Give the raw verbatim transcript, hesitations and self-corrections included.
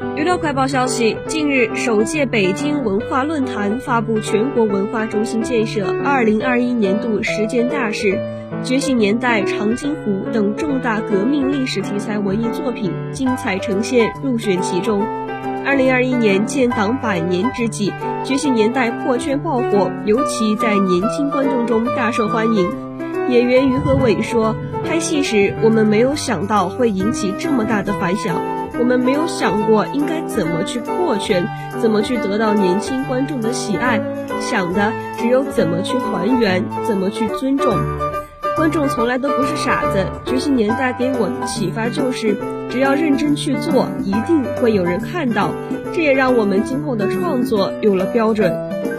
娱乐快报消息，近日首届北京文化论坛发布全国文化中心建设二零二一年度十件大事，觉醒年代、长津湖等重大革命历史题材文艺作品精彩呈现入选其中。二零二一年建党百年之际，觉醒年代破圈爆火，尤其在年轻观众中大受欢迎。演员于和伟说，拍戏时我们没有想到会引起这么大的反响，我们没有想过应该怎么去破圈，怎么去得到年轻观众的喜爱，想的只有怎么去还原，怎么去尊重。观众从来都不是傻子，觉醒年代给我的启发就是只要认真去做，一定会有人看到，这也让我们今后的创作有了标准。